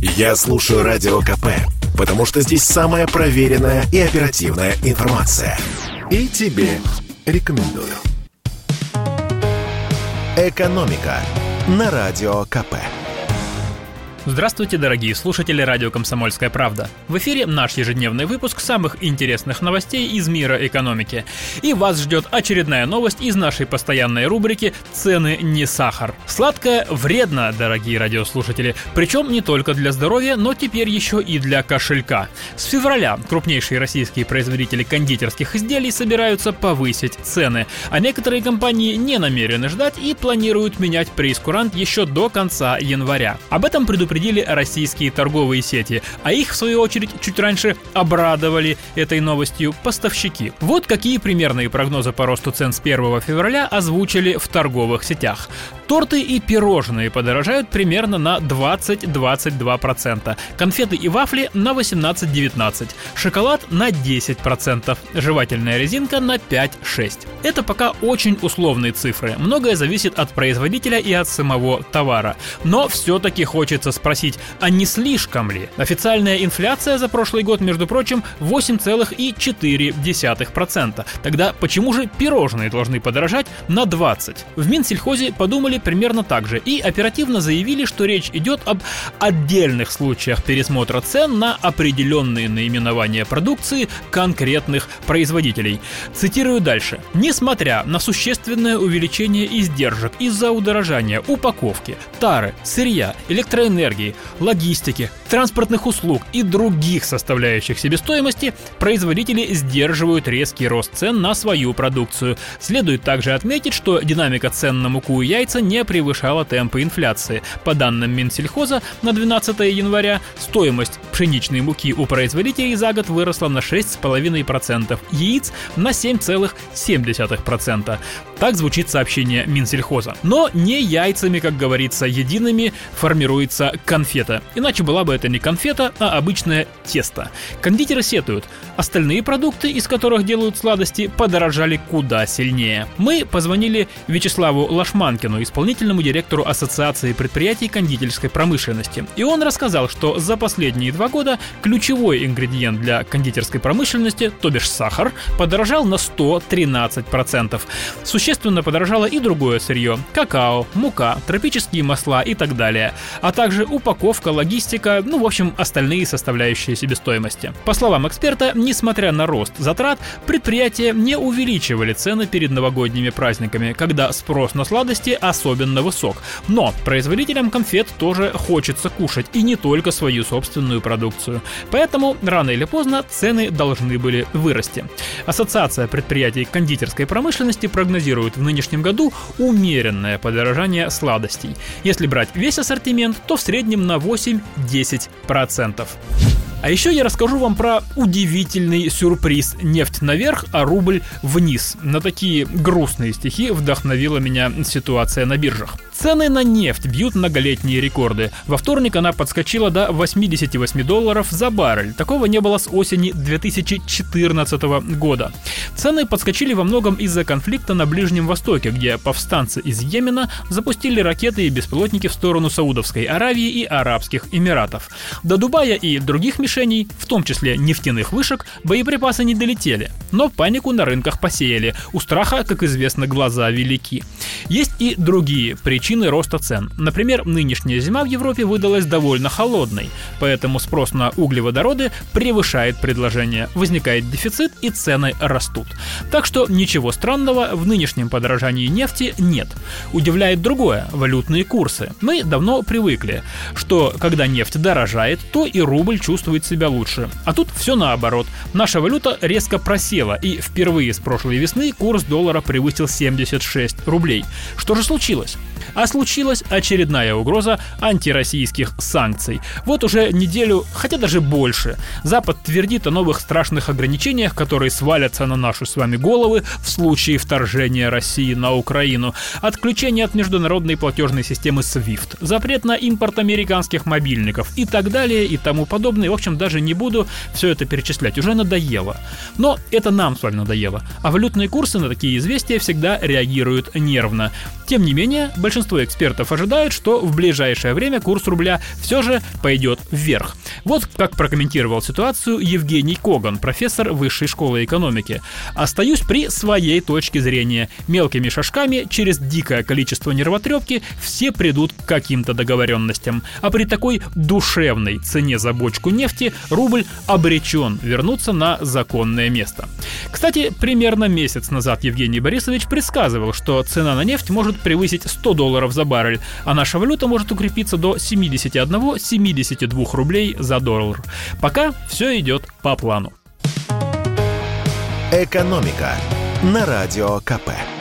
Я слушаю Радио КП, потому что здесь самая проверенная и оперативная информация. И тебе рекомендую. «Экономика» на Радио КП. Здравствуйте, дорогие слушатели радио «Комсомольская правда». В эфире наш ежедневный выпуск самых интересных новостей из мира экономики. И вас ждет очередная новость из нашей постоянной рубрики «Цены не сахар». Сладкое вредно, дорогие радиослушатели, причем не только для здоровья, но теперь еще и для кошелька. С февраля крупнейшие российские производители кондитерских изделий собираются повысить цены, а некоторые компании не намерены ждать и планируют менять прейскурант еще до конца января. Об этом предупредили российские торговые сети, а их, в свою очередь, чуть раньше обрадовали этой новостью поставщики. Вот какие примерные прогнозы по росту цен с 1 февраля озвучили в торговых сетях. Торты и пирожные подорожают примерно на 20-22%, конфеты и вафли на 18-19%, шоколад на 10%, жевательная резинка на 5-6%. Это пока очень условные цифры, многое зависит от производителя и от самого товара. Но все-таки хочется спросить, а не слишком ли? Официальная инфляция за прошлый год, между прочим, 8,4%. Тогда почему же пирожные должны подорожать на 20%? В Минсельхозе подумали примерно так же и оперативно заявили, что речь идет об отдельных случаях пересмотра цен на определенные наименования продукции конкретных производителей. Цитирую дальше. Несмотря на существенное увеличение издержек из-за удорожания упаковки, тары, сырья, электроэнергии, логистики, транспортных услуг и других составляющих себестоимости, производители сдерживают резкий рост цен на свою продукцию. Следует также отметить, что динамика цен на муку и яйца не превышала темпы инфляции. По данным Минсельхоза, на 12 января стоимость пшеничной муки у производителей за год выросла на 6,5%, яиц на 7,7%. Так звучит сообщение Минсельхоза. Но не яйцами, как говорится, едиными формируется конфета. Иначе была бы это не конфета, а обычное тесто. Кондитеры сетуют. Остальные продукты, из которых делают сладости, подорожали куда сильнее. Мы позвонили Вячеславу Лашманкину, исполнительному директору Ассоциации предприятий кондитерской промышленности. И он рассказал, что за последние 2 года ключевой ингредиент для кондитерской промышленности, то бишь сахар, подорожал на 113%. Существенно подорожало и другое сырье – какао, мука, тропические масла и так далее, а также упаковка, логистика, в общем, остальные составляющие себестоимости. По словам эксперта, несмотря на рост затрат, предприятия не увеличивали цены перед новогодними праздниками, когда спрос на сладости особенно высок. Но производителям конфет тоже хочется кушать, и не только свою собственную продукцию. Поэтому рано или поздно цены должны были вырасти. Ассоциация предприятий кондитерской промышленности прогнозирует в нынешнем году умеренное подорожание сладостей. Если брать весь ассортимент, то в среднем на 8-10%. А еще я расскажу вам про удивительный сюрприз. Нефть наверх, а рубль вниз. На такие грустные стихи вдохновила меня ситуация на биржах. Цены на нефть бьют многолетние рекорды. Во вторник она подскочила до $88 за баррель. Такого не было с осени 2014 года. Цены подскочили во многом из-за конфликта на Ближнем Востоке, где повстанцы из Йемена запустили ракеты и беспилотники в сторону Саудовской Аравии и Арабских Эмиратов. До Дубая и других мишеней, в том числе нефтяных вышек, боеприпасы не долетели. Но панику на рынках посеяли. У страха, как известно, глаза велики. Есть и другие причины роста цен. Например, нынешняя зима в Европе выдалась довольно холодной, поэтому спрос на углеводороды превышает предложение, возникает дефицит и цены растут. Так что ничего странного в нынешнем подорожании нефти нет. Удивляет другое – валютные курсы. Мы давно привыкли, что когда нефть дорожает, то и рубль чувствует себя лучше. А тут все наоборот. Наша валюта резко просела, и впервые с прошлой весны курс доллара превысил 76 рублей. Что же случилось? А случилась очередная угроза антироссийских санкций. Вот уже неделю, хотя даже больше, Запад твердит о новых страшных ограничениях, которые свалятся на наши с вами головы в случае вторжения России на Украину. Отключение от международной платежной системы SWIFT, запрет на импорт американских мобильников и так далее и тому подобное. В общем, даже не буду все это перечислять, уже надоело. Но это нам с вами надоело. А валютные курсы на такие известия всегда реагируют нервно. Тем не менее, большинство экспертов ожидают, что в ближайшее время курс рубля все же пойдет вверх. Вот как прокомментировал ситуацию Евгений Коган, профессор Высшей школы экономики. «Остаюсь при своей точке зрения. Мелкими шажками через дикое количество нервотрепки все придут к каким-то договоренностям. А при такой душевной цене за бочку нефти рубль обречен вернуться на законное место». Кстати, примерно месяц назад Евгений Борисович предсказывал, что цена на нефть может превысить $100 за баррель, а наша валюта может укрепиться до 71-72 рублей за доллар. Пока все идет по плану. «Экономика» на Радио КП.